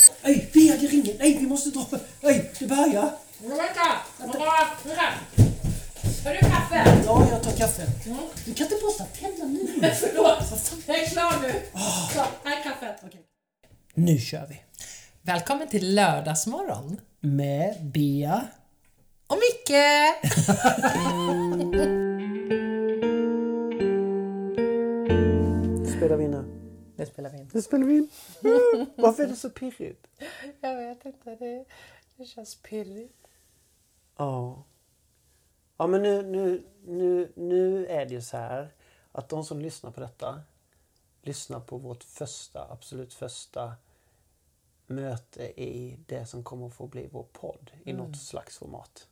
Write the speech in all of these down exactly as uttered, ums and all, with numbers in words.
Nej, Bea, det ringer. Nej, vi måste dra. Nej, det börjar. Men vänta! Vänta! Har du kaffe? Ja, jag tar kaffe. Mm. Du kan inte borsta tänderna nu. Förlåt, jag är klar nu. Oh. Så, här är kaffet. Okay. Nu kör vi. Välkommen till lördagsmorgon. Med Bea. Och Micke! Spelar vi in nu? Det spelar vi in. Det spelar vi in. Varför är det så pirrigt? Jag vet inte, det, det känns pirrigt. Ja. Ja, men nu, nu, nu, nu är det ju så här att de som lyssnar på detta lyssnar på vårt första, absolut första möte i det som kommer att få bli vår podd i mm. något slags format.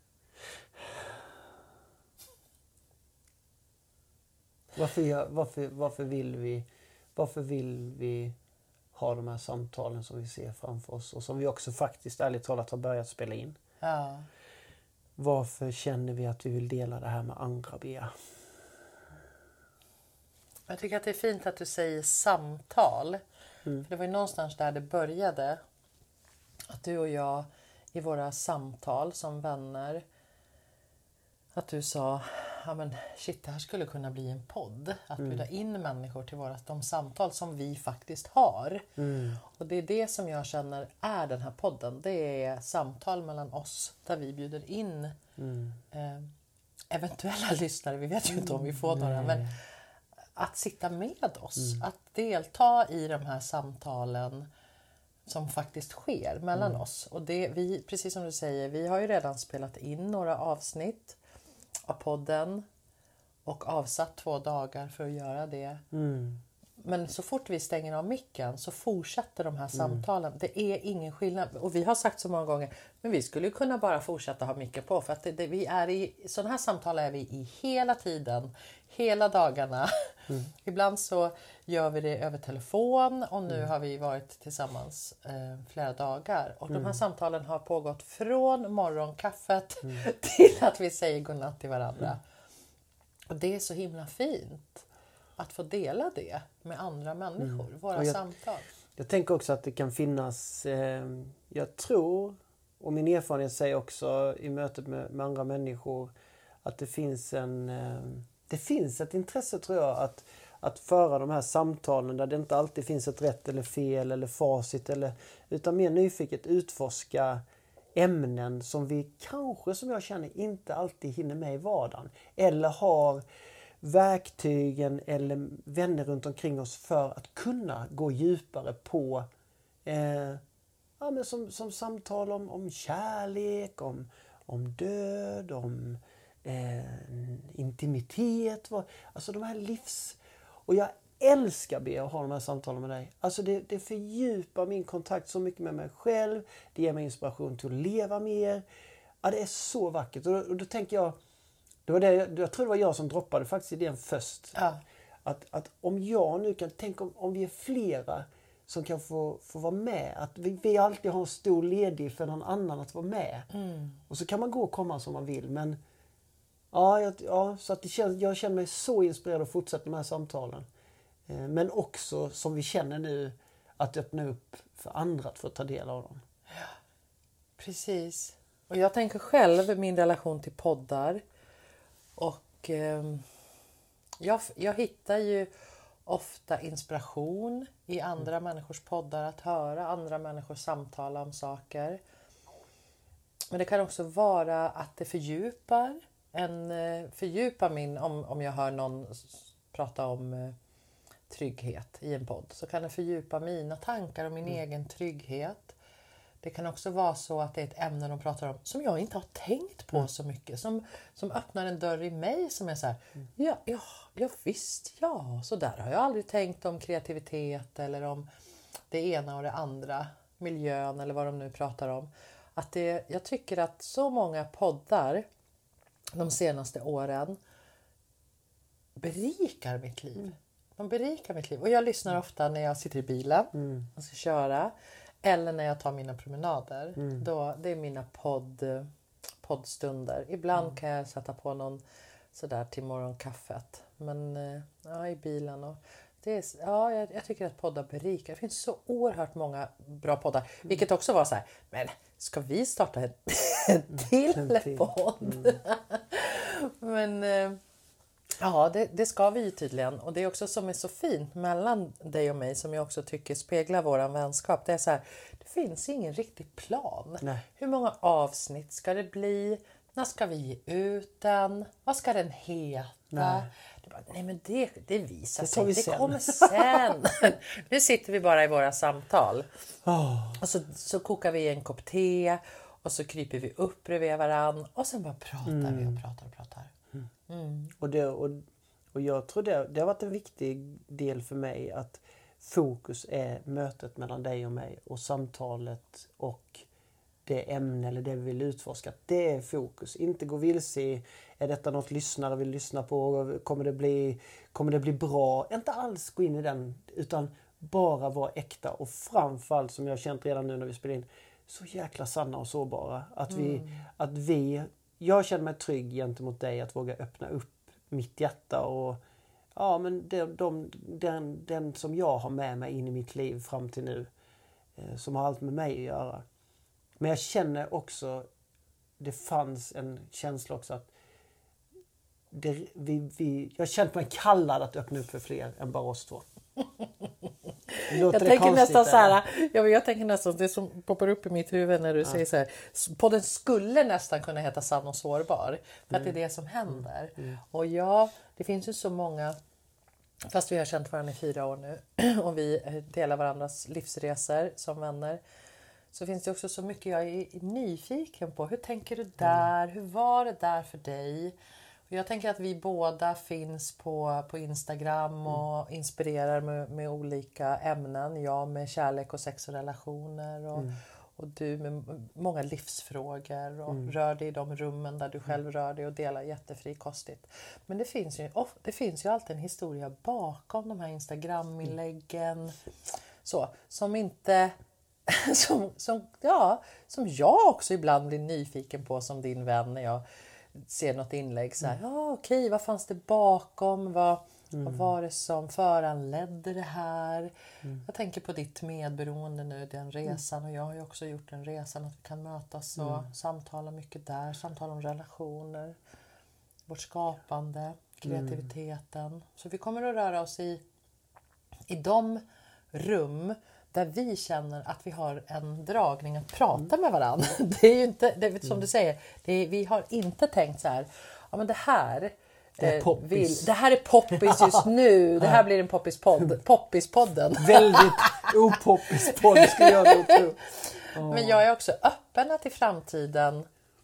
Varför, gör, varför, varför, vill vi, varför vill vi ha de här samtalen som vi ser framför oss och som vi också faktiskt ärligt talat har börjat spela in? Ja. Varför känner vi att vi vill dela det här med andra, Bea? Jag tycker att det är fint att du säger samtal. Mm. För det var ju någonstans där det började. Att du och jag i våra samtal som vänner. Att du sa, ja men shit, det här skulle kunna bli en podd. Att mm. bjuda in människor till våra, de samtal som vi faktiskt har. Mm. Och det är det som jag känner är den här podden. Det är samtal mellan oss där vi bjuder in mm. eh, eventuella lyssnare. Vi vet ju inte om vi får några. Nej. Men att sitta med oss. Mm. Att delta i de här samtalen som faktiskt sker mellan mm. oss. Och det, vi, precis som du säger, vi har ju redan spelat in några avsnitt av podden. Och avsatt två dagar för att göra det. Mm. Men så fort vi stänger av micken så fortsätter de här samtalen. Mm. Det är ingen skillnad. Och vi har sagt så många gånger, men vi skulle kunna bara fortsätta ha micken på. För att det, det, vi är i, sådana här samtal är vi i hela tiden, hela dagarna. Mm. Ibland så gör vi det över telefon och nu mm. har vi varit tillsammans eh, flera dagar. Och mm. de här samtalen har pågått från morgonkaffet mm. till att vi säger godnatt till varandra. Mm. Och det är så himla fint. Att få dela det med andra människor, mm. våra jag, samtal. Jag tänker också att det kan finnas, eh, jag tror, och min erfarenhet säger också i mötet med, med andra människor, att det finns en, eh, det finns ett intresse tror jag att, att föra de här samtalen där det inte alltid finns ett rätt eller fel eller facit, eller, utan mer nyfiket utforska ämnen som vi kanske, som jag känner, inte alltid hinner med i vardagen. Eller har verktygen eller vänner runt omkring oss för att kunna gå djupare på eh, ja, men som, som samtal om, om kärlek, om, om död, om eh, intimitet. Alltså de här livs... Och jag älskar Bea att ha de här samtalen med dig. Alltså det, det fördjupar min kontakt så mycket med mig själv. Det ger mig inspiration till att leva mer. Ja, det är så vackert. Och då, och då tänker jag... Det var det, jag tror det var jag som droppade faktiskt idén först. Ja. Att, att om jag nu kan tänka om, om vi är flera som kan få, få vara med. Att vi, vi alltid har en stor ledig för någon annan att vara med. Mm. Och så kan man gå och komma som man vill. Men ja, jag, ja så att det känns, jag känner mig så inspirerad att fortsätta de här samtalen. Eh, men också som vi känner nu att öppna upp för andra att få ta del av dem. Ja, precis. Och jag tänker själv min relation till poddar. Och eh, jag, jag hittar ju ofta inspiration i andra mm. människors poddar, att höra andra människor samtala om saker. Men det kan också vara att det fördjupar, en, fördjupar min, om, om jag hör någon prata om eh, trygghet i en podd, så kan det fördjupa mina tankar om min mm. egen trygghet. Det kan också vara så att det är ett ämne de pratar om som jag inte har tänkt på mm. så mycket. Som, som öppnar en dörr i mig som är så här, mm. ja, ja, ja visst, ja. Så där har jag aldrig tänkt om kreativitet eller om det ena och det andra. Miljön eller vad de nu pratar om. Att det, jag tycker att så många poddar de senaste åren berikar mitt liv. Mm. De berikar mitt liv. Och jag lyssnar ofta när jag sitter i bilen mm. och ska köra. Eller när jag tar mina promenader. Mm. Då, det är mina podd, poddstunder. Ibland mm. kan jag sätta på någon sådär till morgonkaffet. Men ja, i bilen. Och Det är, ja, jag, jag tycker att poddar berikar. Det finns så oerhört många bra poddar. Mm. Vilket också var så här, men ska vi starta en, en till mm. podd? Mm. men ja, det, det ska vi ju tydligen. Och det är också som är så fint mellan dig och mig, som jag också tycker speglar våran vänskap. Det är så här, det finns ingen riktig plan. Nej. Hur många avsnitt ska det bli? När ska vi ge ut den? Vad ska den heta? Nej, det bara, nej men det, det visar det sig. Vi det sen. kommer sen. Nu sitter vi bara i våra samtal. Oh. Och så, så kokar vi en kopp te. Och så kryper vi upp bredvid varann. Och sen bara pratar mm. vi och pratar och pratar. Mm. Mm. Och, det, och, och jag tror det, det har varit en viktig del för mig. Att fokus är mötet mellan dig och mig. Och samtalet och det ämne eller det vi vill utforska. Det är fokus. Inte gå vilse i, är detta något lyssnare vill lyssna på? Kommer det bli, kommer det bli bra? Inte alls gå in i den, utan bara vara äkta. Och framförallt, som jag har känt redan nu när vi spelar in, så jäkla sanna och sårbara. Att vi, mm. att vi, jag känner mig trygg gentemot dig att våga öppna upp mitt hjärta. Och ja, men de, de, den, den som jag har med mig in i mitt liv fram till nu, eh, som har allt med mig att göra. Men jag känner också, det fanns en känsla också att det, vi, vi, jag känner mig kallad att öppna upp för fler än bara oss två. Jag tänker nästan så här, ja, jag tänker nästan det som poppar upp i mitt huvud när du ja. säger så här, podden skulle nästan kunna heta Sann och sårbar, för mm. att det är det som händer. Mm. Och ja, det finns ju så många, fast vi har känt varandra i fyra år nu och vi delar varandras livsresor som vänner. Så finns det också så mycket jag är nyfiken på. Hur tänker du där? Mm. Hur var det där för dig? Och jag tänker att vi båda finns på, på Instagram och mm. inspirerar med, med olika ämnen. Jag med kärlek och sex och relationer. Och, mm. och du med många livsfrågor. Och mm. rör dig i de rummen där du själv rör dig och delar jättefrikostigt. Men det finns ju, det finns ju alltid en historia bakom de här Instagram-inläggen. Mm. Så, som inte... Som, som, ja, som jag också ibland blir nyfiken på som din vän när jag ser något inlägg. Så här, mm. ja okej, vad fanns det bakom? Vad, mm. vad var det som föranledde det här? Mm. Jag tänker på ditt medberoende nu, den resan. Och jag har ju också gjort den resan att vi kan mötas och mm. samtala mycket där. Samtala om relationer, vårt skapande, kreativiteten. Mm. Så vi kommer att röra oss i, i de rum där vi känner att vi har en dragning att prata mm. med varandra. Det är ju inte, det är, som mm. du säger, det är, vi har inte tänkt så här, ja men det här, det är poppis, vill, det här är poppis just nu, det här blir en poppispodd, poppispodden. Väldigt opoppispodd skulle jag nog tro. Oh. Men jag är också öppen till framtiden,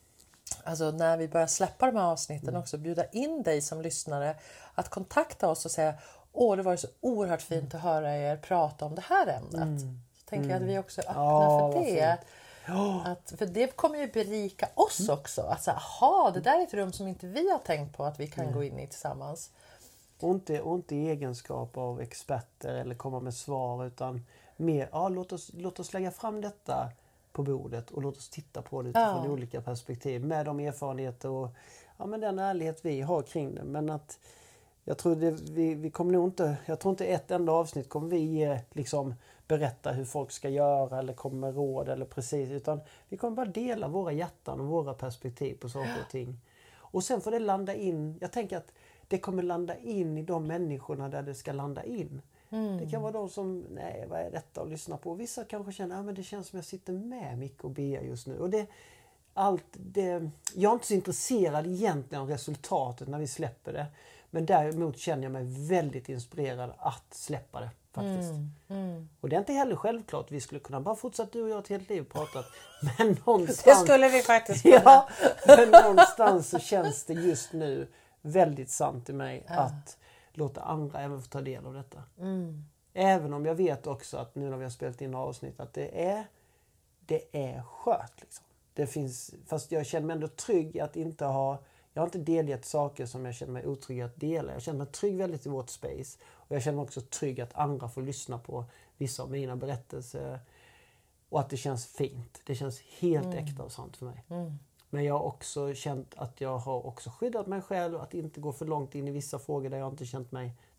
alltså när vi börjar släppa de här avsnitten mm. också, bjuda in dig som lyssnare att kontakta oss och säga, åh, det var så oerhört fint att höra er prata om det här ämnet. Mm. Så tänker jag att vi också är öppna ja, för det. Att, för det kommer ju berika oss mm. också. Att säga, aha, det där är ett rum som inte vi har tänkt på att vi kan mm. gå in i tillsammans. Och inte, och inte i egenskap av experter eller komma med svar, utan mer, ja, låt oss, låt oss lägga fram detta på bordet och låt oss titta på det utifrån ja. olika perspektiv med de erfarenheter och ja, men den ärlighet vi har kring det. Men att jag tror, det, vi, vi kommer nog inte, jag tror inte ett enda avsnitt kommer vi liksom berätta hur folk ska göra eller komma med råd eller precis, utan vi kommer bara dela våra hjärtan och våra perspektiv på saker och ting. Och sen får det landa in, jag tänker att det kommer landa in i de människorna där det ska landa in. Mm. Det kan vara de som, nej vad är detta att lyssna på. Vissa kanske känner, ja men det känns som jag sitter med Micke och Bea just nu. Och det, allt det, jag är inte så intresserad egentligen av resultatet när vi släpper det. Men däremot känner jag mig väldigt inspirerad att släppa det faktiskt. Mm, mm. Och det är inte heller självklart. Vi skulle kunna bara fortsätta du och jag ett helt liv pratat. Men någonstans... Det skulle vi faktiskt kunna. Ja, men någonstans så känns det just nu väldigt sant i mig ja. att låta andra även få ta del av detta. Mm. Även om jag vet också att nu när vi har spelat in avsnitt att det är, det är skört liksom. Det finns, fast jag känner mig ändå trygg att inte ha... Jag har inte delgett saker som jag känner mig otrygg att dela. Jag känner mig trygg väldigt i vårt space. Och jag känner mig också trygg att andra får lyssna på vissa av mina berättelser. Och att det känns fint. Det känns helt mm. äkta och sant för mig. Mm. Men jag har också känt att jag har också skyddat mig själv. Att inte gå för långt in i vissa frågor där jag inte känt mig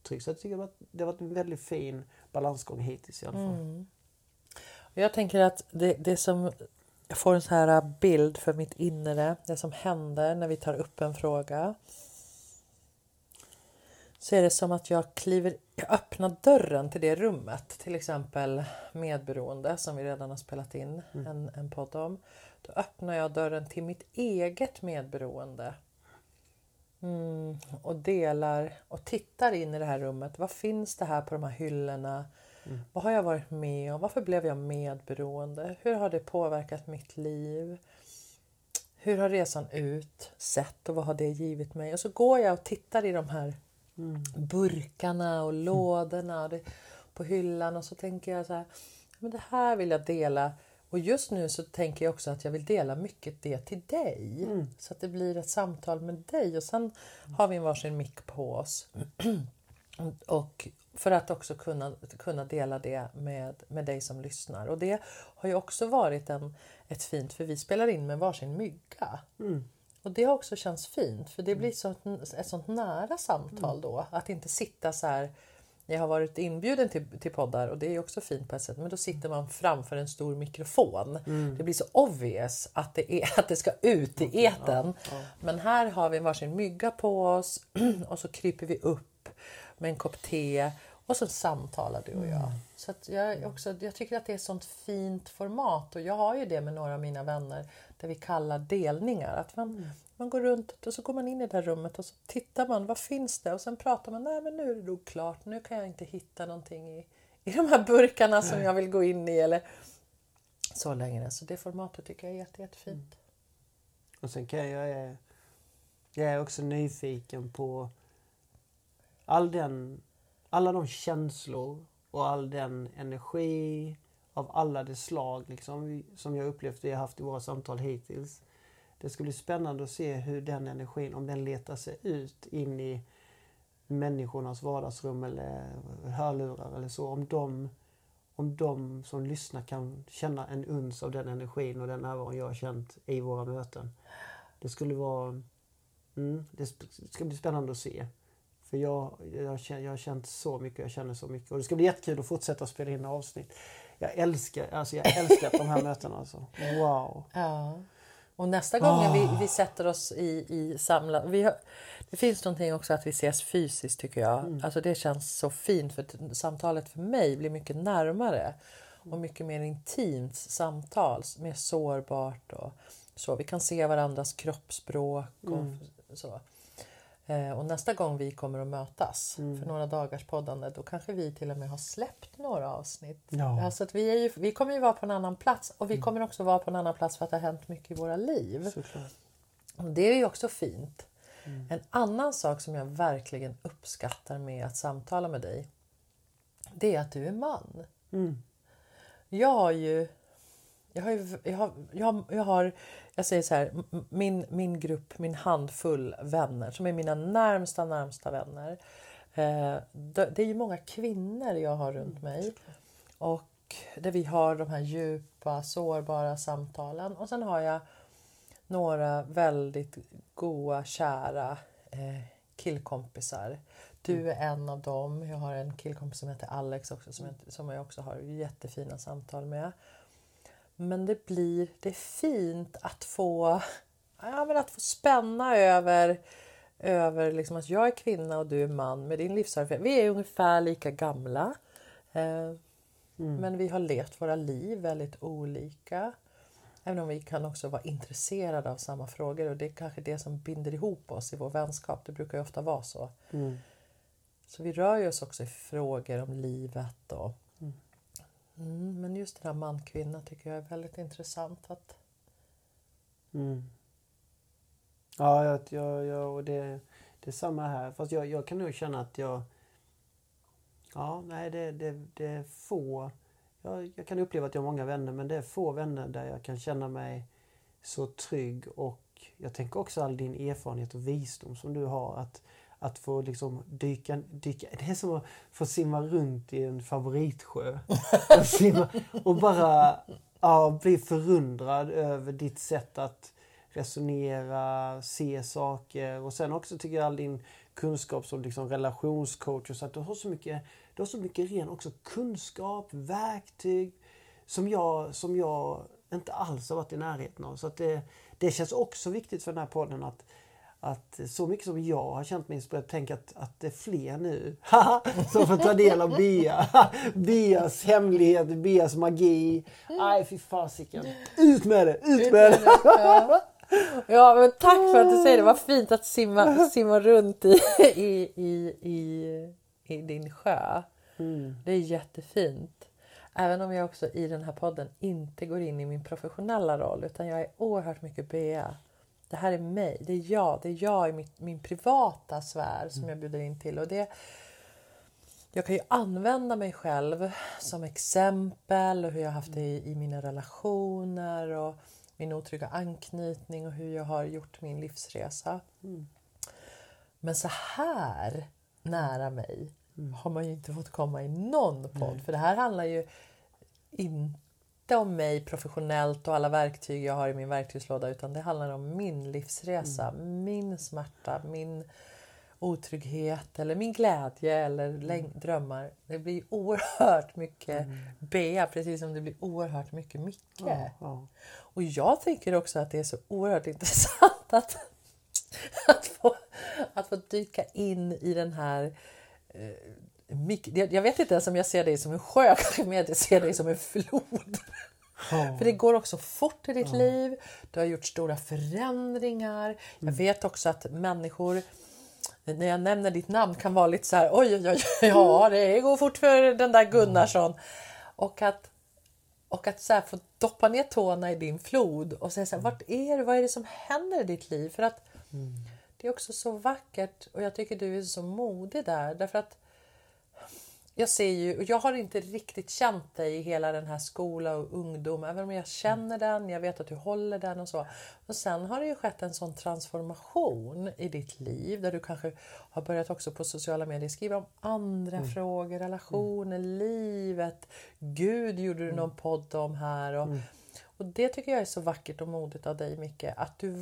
trygg. Så jag tycker att det har varit en väldigt fin balansgång hittills i alla fall. Mm. Jag tänker att det, det som... Jag får en sån här bild för mitt inre. Det som händer när vi tar upp en fråga. Så är det som att jag kliver... Jag öppnar dörren till det rummet. Till exempel medberoende som vi redan har spelat in mm. en, en podd om. Då öppnar jag dörren till mitt eget medberoende. Mm, och delar och tittar in i det här rummet. Vad finns det här på de här hyllorna? Mm. Vad har jag varit med om? Varför blev jag medberoende? Hur har det påverkat mitt liv? Hur har resan ut sett och vad har det givit mig? Och så går jag och tittar i de här mm. burkarna och lådorna och det, på hyllan och så tänker jag så här, men det här vill jag dela. Och just nu så tänker jag också att jag vill dela mycket det till dig. Mm. Så att det blir ett samtal med dig. Och sen mm. har vi en varsin mick på oss. Och för att också kunna, kunna dela det med, med dig som lyssnar. Och det har ju också varit en, ett fint, för vi spelar in med varsin mygga. Mm. Och det har också känts fint. För det blir så, ett sånt nära samtal då. Att inte sitta så här... Jag har varit inbjuden till, till poddar och det är också fint på ett sätt. Men då sitter man framför en stor mikrofon. Mm. Det blir så obvious att det, är, att det ska ut i etern. Ja, ja. Men här har vi varsin mygga på oss. Och så kryper vi upp med en kopp te. Och så samtalar du och jag. Mm. Så att jag, också, jag tycker att det är ett sånt fint format. Och jag har ju det med några av mina vänner. Där vi kallar delningar. Att man... Mm. Man går runt och så går man in i det här rummet och så tittar man, vad finns det? Och sen pratar man, nej men nu är det nog klart, nu kan jag inte hitta någonting i, i de här burkarna som jag vill gå in i eller så längre. Så det formatet tycker jag är jätte, jättefint. Mm. Och sen kan jag, jag, jag är också nyfiken på all den, alla de känslor och all den energi av alla de slag liksom, som jag upplevt det jag haft i våra samtal hittills. Det skulle bli spännande att se hur den energin, om den letar sig ut in i människornas vardagsrum eller hörlurar eller så. Om de, om de som lyssnar kan känna en uns av den energin och den närvaron jag har känt i våra möten. Det skulle vara, mm, det ska bli spännande att se. För jag, jag, jag har känt så mycket, jag känner så mycket. Och det ska bli jättekul att fortsätta spela in avsnitt. Jag älskar, alltså jag älskar de här mötena alltså. Wow. Ja. Och nästa gång oh. vi, vi sätter oss i, i samla... Vi har, det finns någonting också att vi ses fysiskt tycker jag. Mm. Alltså det känns så fint för samtalet för mig blir mycket närmare. Och mycket mer intimt samtal. Mer sårbart och så. Vi kan se varandras kroppsspråk och mm. så. Eh, och nästa gång vi kommer att mötas mm. för några dagars poddande, då kanske vi till och med har släppt några avsnitt. Ja. Alltså att vi, är ju, vi kommer ju vara på en annan plats och vi mm. kommer också vara på en annan plats för att det har hänt mycket i våra liv. Såklart. Och det är ju också fint. Mm. En annan sak som jag verkligen uppskattar med att samtala med dig, det är att du är man. Mm. Jag har ju Jag har, ju, jag, har, jag, har, jag har, jag säger så här, min, min grupp, min handfull vänner som är mina närmsta, närmsta vänner. Eh, det, det är ju många kvinnor jag har runt mig. Och där vi har de här djupa, sårbara samtalen. Och sen har jag några väldigt goda, kära eh, killkompisar. Du är en av dem. Jag har en killkompis som heter Alex också, som jag, som jag också har jättefina samtal med. Men det blir, det är fint att få, ja, men att få spänna över, över liksom att jag är kvinna och du är man med din livserfarenhet. Vi är ungefär lika gamla. Eh, mm. Men vi har levt våra liv väldigt olika. Även om vi kan också vara intresserade av samma frågor. Och det är kanske det som binder ihop oss i vår vänskap. Det brukar ju ofta vara så. Mm. Så vi rör ju oss också i frågor om livet och Mm, men just den här man-kvinna tycker jag är väldigt intressant att... Mm. Ja, jag, jag, jag, och det, det är samma här. Fast jag, jag kan nog känna att jag... Ja, nej, det, det, det är få... Jag, jag kan uppleva att jag har många vänner, men det är få vänner där jag kan känna mig så trygg. Och jag tänker också all din erfarenhet och visdom som du har. Att, att få liksom dyka, dyka... Det är som att få simma runt i en favoritsjö. Och, simma, och bara ja, bli förundrad över ditt sätt att resonera, se saker. Och sen också tycker jag all din kunskap som liksom relationscoach. Och så att du har så mycket, du har så mycket ren också kunskap, verktyg som jag, som jag inte alls har varit i närheten av. Så att det, det känns också viktigt för den här podden att, att så mycket som jag har känt mig inspirerad, tänk att, att det är fler nu som får ta del av Bea. Beas hemlighet, Beas magi. Nej, fy fasiken. Ut med det, ut, ut med det. det. Ja. Ja, men tack för att du säger det. Vad fint att simma, simma runt i, i, i, i, i din sjö. Mm. Det är jättefint. Även om jag också i den här podden inte går in i min professionella roll, utan jag är oerhört mycket Bea. Det här är mig, det är jag, det är jag i mitt, min privata sfär som jag bjuder in till. Och det, jag kan ju använda mig själv som exempel och hur jag har haft det i, i mina relationer och min otrygga anknytning och hur jag har gjort min livsresa. Mm. Men så här nära mig mm. har man ju inte fått komma i någon podd. Mm. För det här handlar ju inte om mig professionellt och alla verktyg jag har i min verktygslåda, utan det handlar om min livsresa, mm. min smärta, min otrygghet eller min glädje eller mm. drömmar. Det blir oerhört mycket mm. Bea, precis som det blir oerhört mycket Micke. Ja, ja. Och jag tycker också att det är så oerhört intressant att, att, få, att få dyka in i den här eh, Micke. Jag vet inte ens om jag ser dig som en sjö, kanske mer jag ser dig som en flod. Ja. För det går också fort i ditt ja. liv. Du har gjort stora förändringar. Mm. Jag vet också att människor, när jag nämner ditt namn, kan vara lite så här: oj, oj, oj, ja, det går fort för den där Gunnarsson. Mm. Och att, och att så här få doppa ner tårna i din flod och säga så här, vart är du? Vad är det som händer i ditt liv? För att mm. det är också så vackert, och jag tycker du är så modig där. Därför att jag ser ju, och jag har inte riktigt känt dig i hela den här skola och ungdom, även om jag känner den, jag vet att du håller den och så. Och sen har det ju skett en sån transformation i ditt liv, där du kanske har börjat också på sociala medier skriva om andra mm. frågor, relationer, mm. livet. Gud gjorde du mm. någon podd om här. Och, mm. och det tycker jag är så vackert och modigt av dig, Micke, att du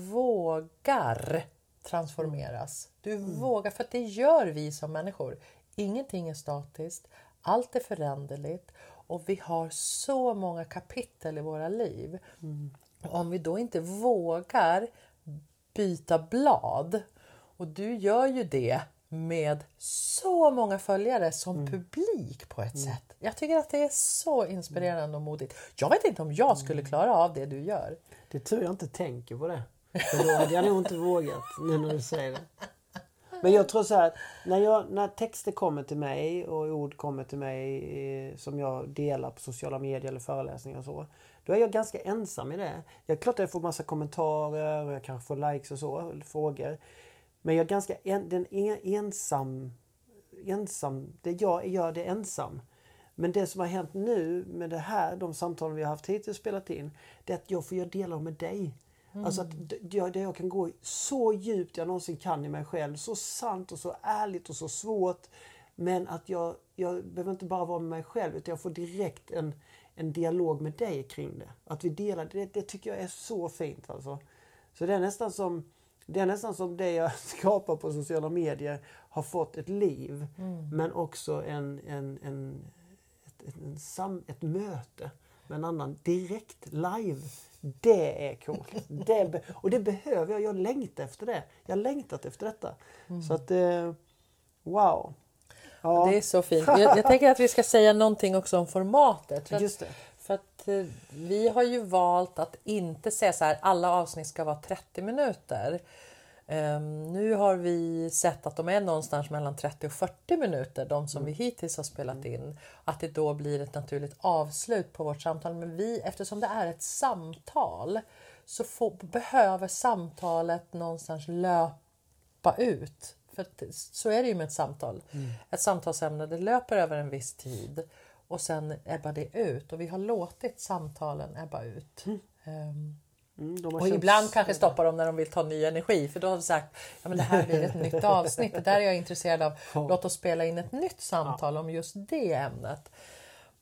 vågar transformeras. Du mm. vågar, för att det gör vi som människor. Ingenting är statiskt, allt är föränderligt och vi har så många kapitel i våra liv. Mm. Om vi då inte vågar byta blad, och du gör ju det med så många följare som mm. publik på ett mm. sätt. Jag tycker att det är så inspirerande och modigt. Jag vet inte om jag skulle klara av det du gör. Det tror jag inte tänker på det. För då hade jag nog inte vågat nu när du säger det. Men jag tror så här, när, jag, när texter kommer till mig och ord kommer till mig eh, som jag delar på sociala medier eller föreläsningar och så, då är jag ganska ensam i det. Jag klart att jag får massa kommentarer och jag kanske får likes och så, eller frågor. Men jag är ganska en, den är ensam, ensam, det jag gör det ensam. Men det som har hänt nu med det här, de samtalen vi har haft hittills spelat in, det är att jag får göra delar med dig. Mm. Alltså att jag, det jag kan gå så djupt jag någonsin kan i mig själv. Så sant och så ärligt och så svårt. Men att jag, jag behöver inte bara vara med mig själv, utan jag får direkt en, en dialog med dig kring det. Att vi delar det, det tycker jag är så fint. Alltså. Så det är nästan som det är nästan som det jag skapar på sociala medier har fått ett liv. Mm. Men också en, en, en, ett, ett, en sam, ett möte med en annan direkt live. Det är coolt. Det be- och det behöver jag. Jag längtar efter det. Jag har längtat efter detta. Mm. Så att, eh, wow. Ja. Det är så fint. Jag, jag tänker att vi ska säga någonting också om formatet. För att, Just det. För att eh, vi har ju valt att inte säga så här, alla avsnitt ska vara trettio minuter. Um, nu har vi sett att de är någonstans mellan trettio och fyrtio minuter, de som mm. vi hittills har spelat in. Att det då blir ett naturligt avslut på vårt samtal. Men vi, eftersom det är ett samtal, så får, behöver samtalet någonstans löpa ut. För att, så är det ju med ett samtal. Mm. Ett samtalsämne, det löper över en viss tid. Och sen ebbar det ut. Och vi har låtit samtalen ebba ut. Mm. Um, Mm, och ibland kanske stoppar de när de vill ta ny energi, för då har vi sagt ja, men det här blir ett nytt avsnitt, det där är jag intresserad av, låt oss spela in ett nytt samtal ja. om just det ämnet.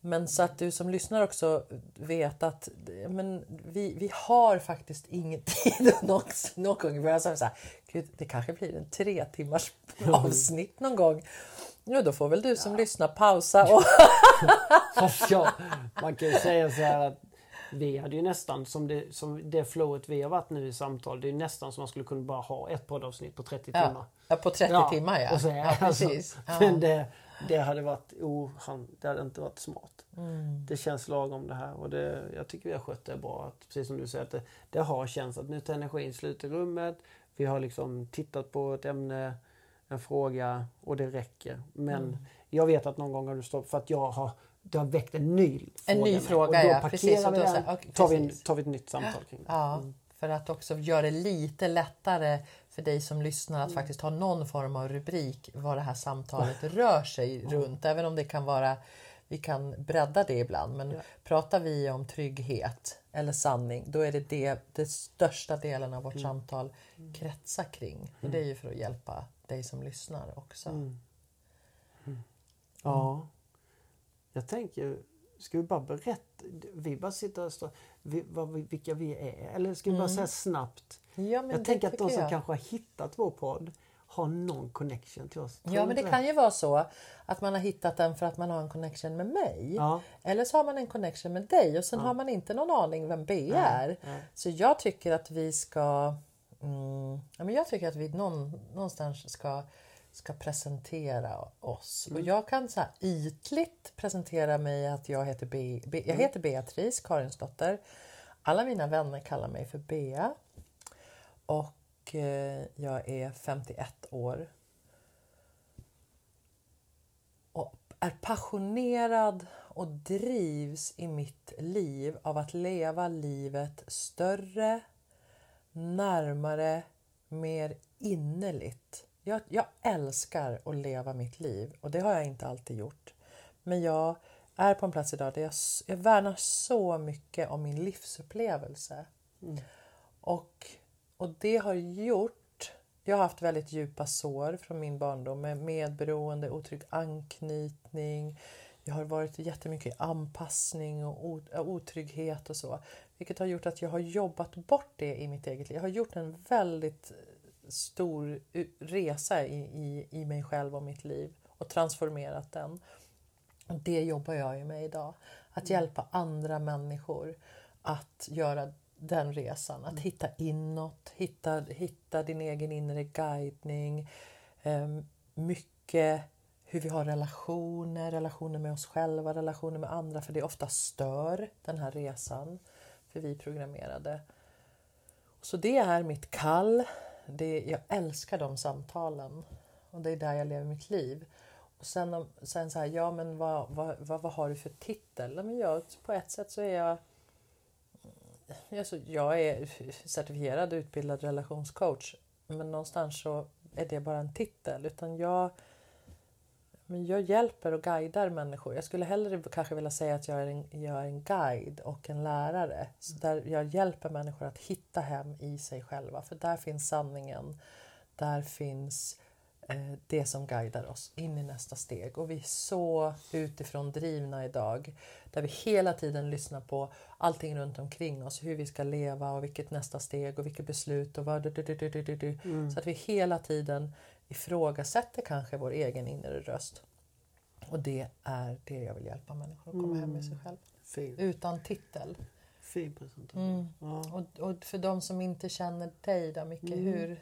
Men så att du som lyssnar också vet att men vi, vi har faktiskt ingen tid någon, någon gång i början så här, Gud, det kanske blir en tre timmars avsnitt någon gång. Ja, då får väl du som ja. lyssnar pausa. Och ja, man kan ju säga så här att vi hade ju nästan som det, som det flowet vi har varit nu i samtal. Det är nästan som man skulle kunna bara ha ett poddavsnitt på trettio ja. timmar. Ja, på trettio ja. timmar ja. Och så, ja precis. Alltså, men det, det hade varit ohan, det hade inte varit smart. Mm. Det känns lagom det här och det, jag tycker vi har skött det bra. Att, precis som du säger att det, det har känts att nu tar energin slut i rummet. Vi har liksom tittat på ett ämne, en fråga och det räcker. Men mm. jag vet att någon gång har du stått för att jag har det har väckt en ny fråga. En ny fråga, och då ja. parkerar Precis, vi den, okay, tar, vi en, tar vi ett nytt samtal kring det. Ja, mm. för att också göra det lite lättare för dig som lyssnar att mm. faktiskt ha någon form av rubrik vad det här samtalet rör sig mm. runt. Även om det kan vara, vi kan bredda det ibland. Men ja. pratar vi om trygghet eller sanning, då är det det, det största delen av vårt mm. samtal kretsar kring. Mm. Och det är ju för att hjälpa dig som lyssnar också. Mm. Mm. Ja, jag tänker... Ska vi bara berätta, vi bara sitter och stå, vi, vad, vilka vi är? Eller ska vi bara mm. säga snabbt? Ja, men jag tänker att de som jag. kanske har hittat vår podd har någon connection till oss. Ja, men det kan ju vara så att man har hittat den för att man har en connection med mig. Ja. Eller så har man en connection med dig och sen ja. har man inte någon aning vem B är. Nej, nej. Så jag tycker att vi ska, mm, ja, men jag tycker att vi någon, någonstans ska... ska presentera oss. Mm. Och jag kan så här ytligt presentera mig att jag heter Be- Be- jag heter Beatrice Karinsdotter. Alla mina vänner kallar mig för Bea. Och eh, jag är femtioett år. Och är passionerad och drivs i mitt liv av att leva livet större, närmare, mer innerligt. Jag, jag älskar att leva mitt liv och det har jag inte alltid gjort. Men jag är på en plats idag där jag, jag värnar så mycket om min livsupplevelse. Mm. Och, och det har gjort, jag har haft väldigt djupa sår från min barndom med medberoende, otrygg anknytning. Jag har varit jättemycket i anpassning och otrygghet och så. Vilket har gjort att jag har jobbat bort det i mitt eget liv. Jag har gjort en väldigt stor resa i, i, i mig själv och mitt liv och transformerat den. Och det jobbar jag ju med idag. Att hjälpa andra människor att göra den resan. Att hitta inåt, hitta, hitta din egen inre guidning. Um, mycket hur vi har relationer, relationer med oss själva, relationer med andra. För det ofta stör den här resan. För vi är programmerade. Så det är mitt kall. Det, jag älskar de samtalen och det är där jag lever mitt liv. Och sen, sen så här, ja men vad, vad, vad, vad har du för titel? Men jag, på ett sätt så är jag, jag, så, jag är certifierad utbildad relationscoach. Men någonstans så är det bara en titel. Utan jag, men jag hjälper och guidar människor. Jag skulle hellre kanske vilja säga att jag är en, jag är en guide och en lärare. Så där jag hjälper människor att hitta hem i sig själva. För där finns sanningen. Där finns eh, det som guidar oss in i nästa steg. Och vi är så utifrån drivna idag. Där vi hela tiden lyssnar på allting runt omkring oss. Hur vi ska leva och vilket nästa steg och vilket beslut. Och vad, du, du, du, du, du. Mm. Så att vi hela tiden ifrågasätter kanske vår egen inre röst. Och det är det jag vill hjälpa människor att komma mm. hem med sig själv. Fin. Utan titel. Fin presentation. Mm. Ja. Och, och för de som inte känner dig där mycket, mm. hur?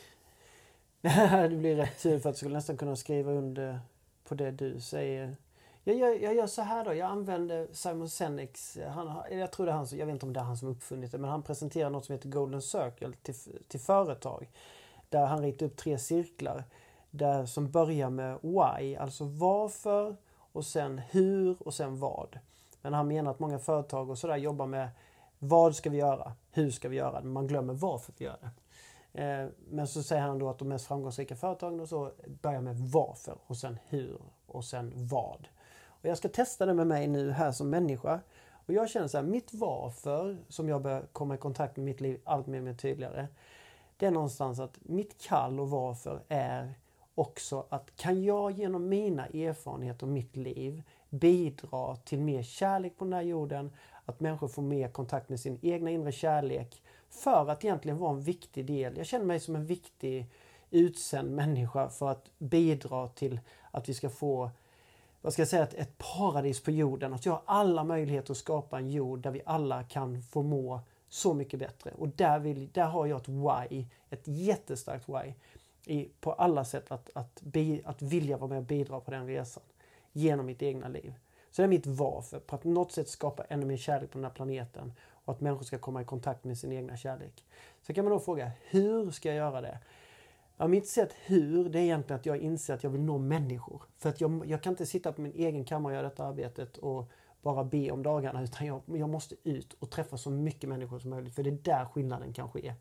Det blir rätt kul för att jag skulle nästan kunna skriva under på det du säger. Jag gör, jag gör så här då. Jag använder Simon Sineks, han, jag tror det är han som, jag vet inte om det är han som uppfunnit det, men han presenterar något som heter Golden Circle till, till företag. Där han ritar upp tre cirklar där som börjar med why, alltså varför och sen hur och sen vad. Men han menar att många företag och sådär jobbar med vad ska vi göra, hur ska vi göra det, men man glömmer varför vi gör det. Eh, men så säger han då att de mest framgångsrika företagen och så börjar med varför och sen hur och sen vad. Och jag ska testa det med mig nu här som människa. Och jag känner så här, mitt varför som jag börjar komma i kontakt med mitt liv allt mer, mer tydligare. Det är någonstans att mitt kall och varför är också att kan jag genom mina erfarenheter och mitt liv bidra till mer kärlek på den här jorden, att människor får mer kontakt med sin egna inre kärlek för att egentligen vara en viktig del. Jag känner mig som en viktig utsänd människa för att bidra till att vi ska få, vad ska jag säga, ett, ett paradis på jorden. Att jag har alla möjligheter att skapa en jord där vi alla kan få må så mycket bättre. Och där, vill, där har jag ett why, ett jättestarkt why i, på alla sätt att, att, bi, att vilja vara med och bidra på den resan genom mitt egna liv. Så det är mitt varför, på att något sätt skapa ännu mer kärlek på den här planeten och att människor ska komma i kontakt med sin egna kärlek. Så kan man då fråga, hur ska jag göra det? Ja, mitt sätt hur, det är egentligen att jag inser att jag vill nå människor. För att jag, jag kan inte sitta på min egen kammare och göra detta arbetet och bara be om dagarna, utan jag, jag måste ut och träffa så mycket människor som möjligt. För det är där skillnaden kan ske.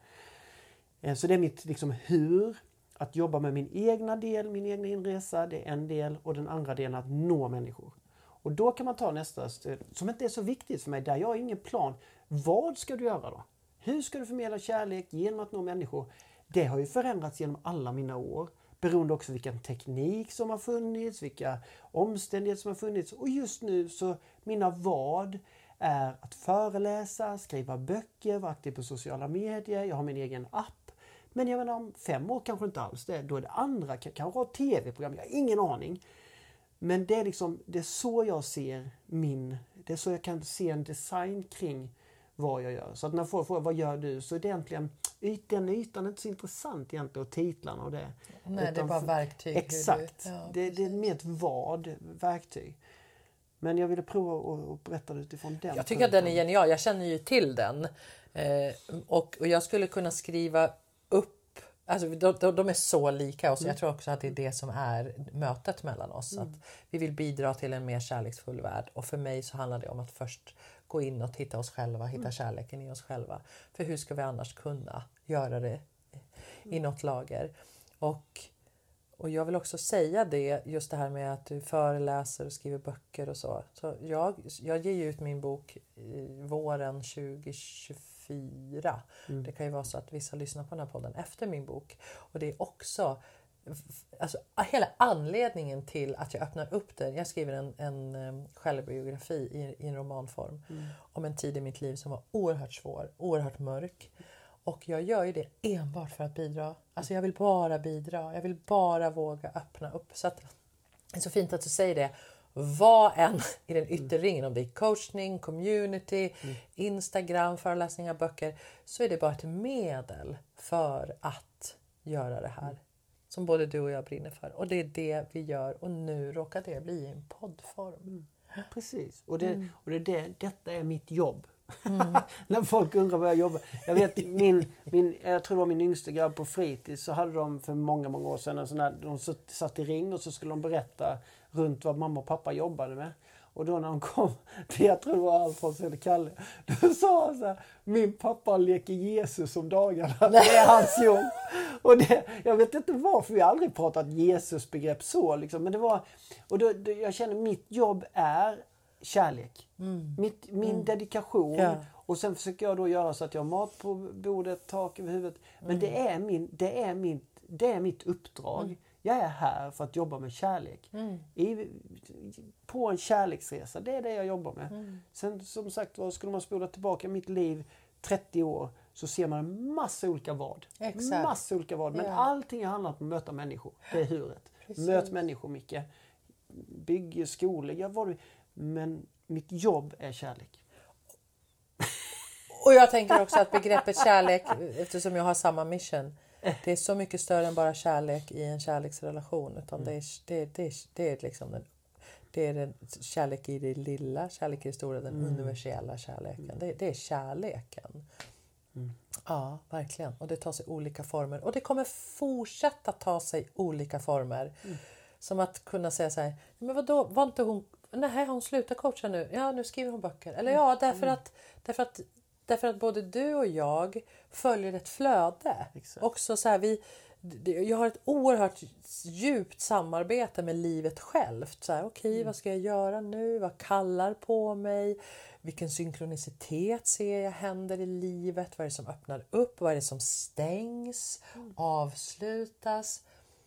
Så det är mitt liksom hur, att jobba med min egna del, min egna inresa, det är en del. Och den andra delen att nå människor. Och då kan man ta nästa stöd, som inte är så viktigt för mig, där jag har ingen plan. Vad ska du göra då? Hur ska du förmedla kärlek genom att nå människor? Det har ju förändrats genom alla mina år. Beroende också vilken teknik som har funnits, vilka omständigheter som har funnits. Och just nu så mina vad är att föreläsa, skriva böcker, vara aktiv på sociala medier. Jag har min egen app. Men jag menar om fem år kanske inte alls det. Då är det andra, kanske ha tv-program. Jag har ingen aning. Men det är liksom, det är så jag ser min, det är så jag kan se en design kring vad jag gör. Så att när folk frågar vad gör du, så är det egentligen den ytan är inte så intressant egentligen, och titlarna och det. Nej, utan det är bara verktyg. Exakt. Du, ja, det, det är mer ett vad, verktyg. Men jag ville prova att berätta det utifrån den. Jag tycker att den är genial. Jag känner ju till den. Eh, och, och jag skulle kunna skriva upp, alltså de, de, de är så lika oss. Mm. Jag tror också att det är det som är mötet mellan oss. Mm. Att vi vill bidra till en mer kärleksfull värld. Och för mig så handlar det om att först gå in och hitta oss själva, hitta mm. kärleken i oss själva. För hur ska vi annars kunna göra det i mm. något lager? Och, och jag vill också säga det, just det här med att du föreläser och skriver böcker och så. Så jag, jag ger ju ut min bok i våren tjugo tjugofyra. Mm. Det kan ju vara så att vissa lyssnar på den här podden efter min bok. Och det är också, alltså hela anledningen till att jag öppnar upp den. Jag skriver en, en självbiografi i, i en romanform. Mm. Om en tid i mitt liv som var oerhört svår, oerhört mörk. Och jag gör ju det enbart för att bidra. Alltså jag vill bara bidra. Jag vill bara våga öppna upp. Så att, det är så fint att du säger det. Vad än i den yttre ringen, om det är coachning, community, mm. Instagram, föreläsningar, böcker. Så är det bara ett medel för att göra det här. Mm. Som både du och jag brinner för. Och det är det vi gör. Och nu råkar det bli en poddform. Mm. Precis. Och, det, mm. och det, det, detta är mitt jobb. Mm. När folk undrar vad jag jobbar. Jag vet, min, min, jag tror det var min yngsta grabb på fritids, så hade de för många, många år sedan en sån här, de satt i ring och så skulle de berätta runt vad mamma och pappa jobbade med. Och då när de kom till, jag tror det var Alfons eller Kalle, då sa han så här: min pappa leker Jesus om dagarna. Det är hans jobb. Och det, jag vet inte varför, vi aldrig pratat Jesus begrepp så liksom, men det var, och då, då, jag känner mitt jobb är kärlek. Mm. Mitt, min mm. dedikation. Ja. Och sen försöker jag då göra så att jag har mat på bordet, tak över huvudet. Men mm. det, är min, det, är min, det är mitt uppdrag. Mm. Jag är här för att jobba med kärlek. Mm. I, på en kärleksresa. Det är det jag jobbar med. Mm. Sen som sagt, vad skulle man spola tillbaka mitt liv trettio år, så ser man en massa olika vad. Exakt. Massa olika vad. Men ja. Allting handlar om att möta människor. Det är huret. Precis. Möt människor, Micke. Bygg skolor. Jag var, men mitt jobb är kärlek. Och jag tänker också att begreppet kärlek, eftersom jag har samma mission, det är så mycket större än bara kärlek i en kärleksrelation. Utan mm. det, är, det, det, det är liksom den, det är den kärlek i det lilla, kärlek i det stora, den mm. universella kärleken. Mm. Det, det är kärleken. Mm. Ja, verkligen. Och det tar sig olika former. Och det kommer fortsätta ta sig olika former. Mm. Som att kunna säga så här, men vadå, var inte hon, nej hon slutar coacha nu. Ja, nu skriver hon böcker. Eller ja, därför mm. att, därför att Därför att både du och jag följer ett flöde. Exakt. Också så här, vi, jag har ett oerhört djupt samarbete med livet självt. Så här, okej, mm. vad ska jag göra nu? Vad kallar på mig? Vilken synkronicitet ser jag händer i livet? Vad är det som öppnar upp? Vad är det som stängs? Mm. Avslutas?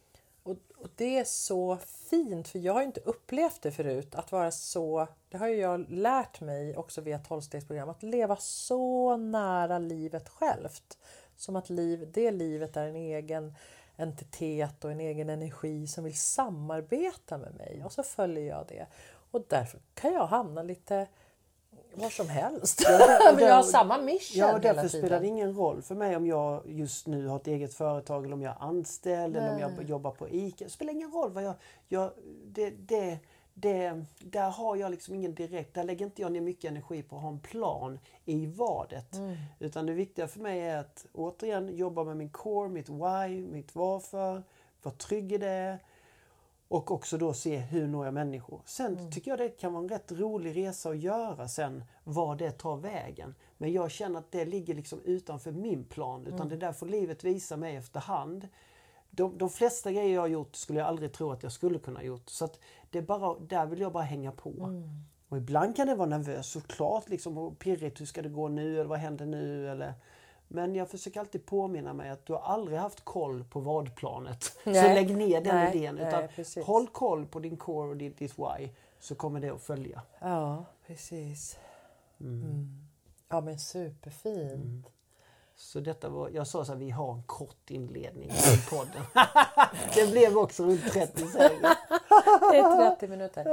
Och, och det är så fint, för jag har ju inte upplevt det förut. Att vara så, det har ju jag lärt mig också via tolvstegsprogram. Att leva så nära livet självt. Som att liv, det livet är en egen entitet och en egen energi som vill samarbeta med mig. Och så följer jag det. Och därför kan jag hamna lite var som helst. Ja, där, men jag har samma mission ja, hela tiden. Därför spelar det ingen roll för mig om jag just nu har ett eget företag eller om jag är anställd. Nej. Eller om jag jobbar på ICA. Det spelar ingen roll vad jag... jag det, det, det, där har jag liksom ingen direkt... Där lägger inte jag ner mycket energi på att ha en plan i vadet. Mm. Utan det viktiga för mig är att återigen jobba med min core, mitt why, mitt varför. Vara trygg i det. Och också då se hur når jag människor. Sen mm. tycker jag det kan vara en rätt rolig resa att göra sen. Vad det tar vägen. Men jag känner att det ligger liksom utanför min plan. Utan mm. det där får livet visa mig efterhand. De, de flesta grejer jag har gjort skulle jag aldrig tro att jag skulle kunna gjort. Så att det är bara, där vill jag bara hänga på. Mm. Och ibland kan det vara nervös såklart. Liksom, och pirrigt, hur ska det gå nu? Eller vad händer nu? Eller... Men jag försöker alltid påminna mig att du har aldrig haft koll på vadplanet. Nej. Så lägg ner den nej, idén. Utan nej, håll koll på din core och ditt, ditt why. Så kommer det att följa. Ja, precis. Mm. Mm. Ja, men superfint. Mm. Så detta var, jag sa så här, vi har en kort inledning i podden. Det blev också runt trettio sekunder. Det är trettio minuter.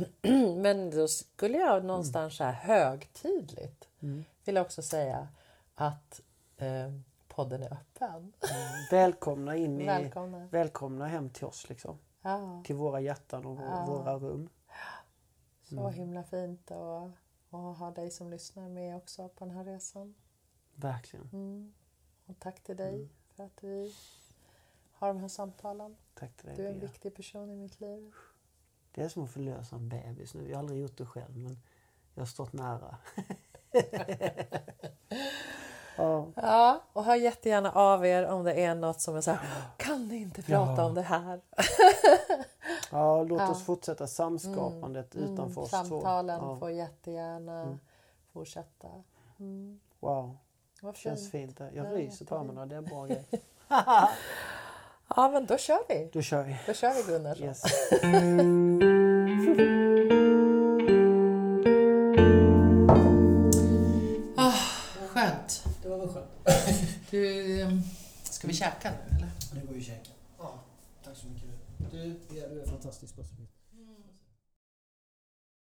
Men då skulle jag någonstans så här högtidligt mm. vill också säga att eh, podden är öppen. Mm. Välkomna in i, välkomna. välkomna hem till oss liksom. Ja. Till våra hjärtan och ja. våra rum. Så mm. himla fint att, att ha dig som lyssnar med också på den här resan. Verkligen. Mm. Och tack till dig mm. för att vi har de här samtalen. Tack till dig. Du är en viktig person i mitt liv. Det är som att förlösa en bebis nu. Jag har aldrig gjort det själv, men jag har stått nära. ja. ja, och hör jättegärna av er om det är något som är så här, kan ni inte prata ja. om det här? ja, låt ja. oss fortsätta samskapandet mm. utanför mm. oss Samtalen två. Ja. får jättegärna mm. fortsätta. Mm. Wow. Vad känns fint. fint. Jag ja, ryser på armarna, det är en bra grej. Ja, men då kör vi. Då kör vi. Då kör vi Gunnar. Yes. ah, skönt. Det var väl skönt. Du, ska vi käka nu eller? Det går ju att käka. Ja, tack så mycket. Du, du är fantastisk.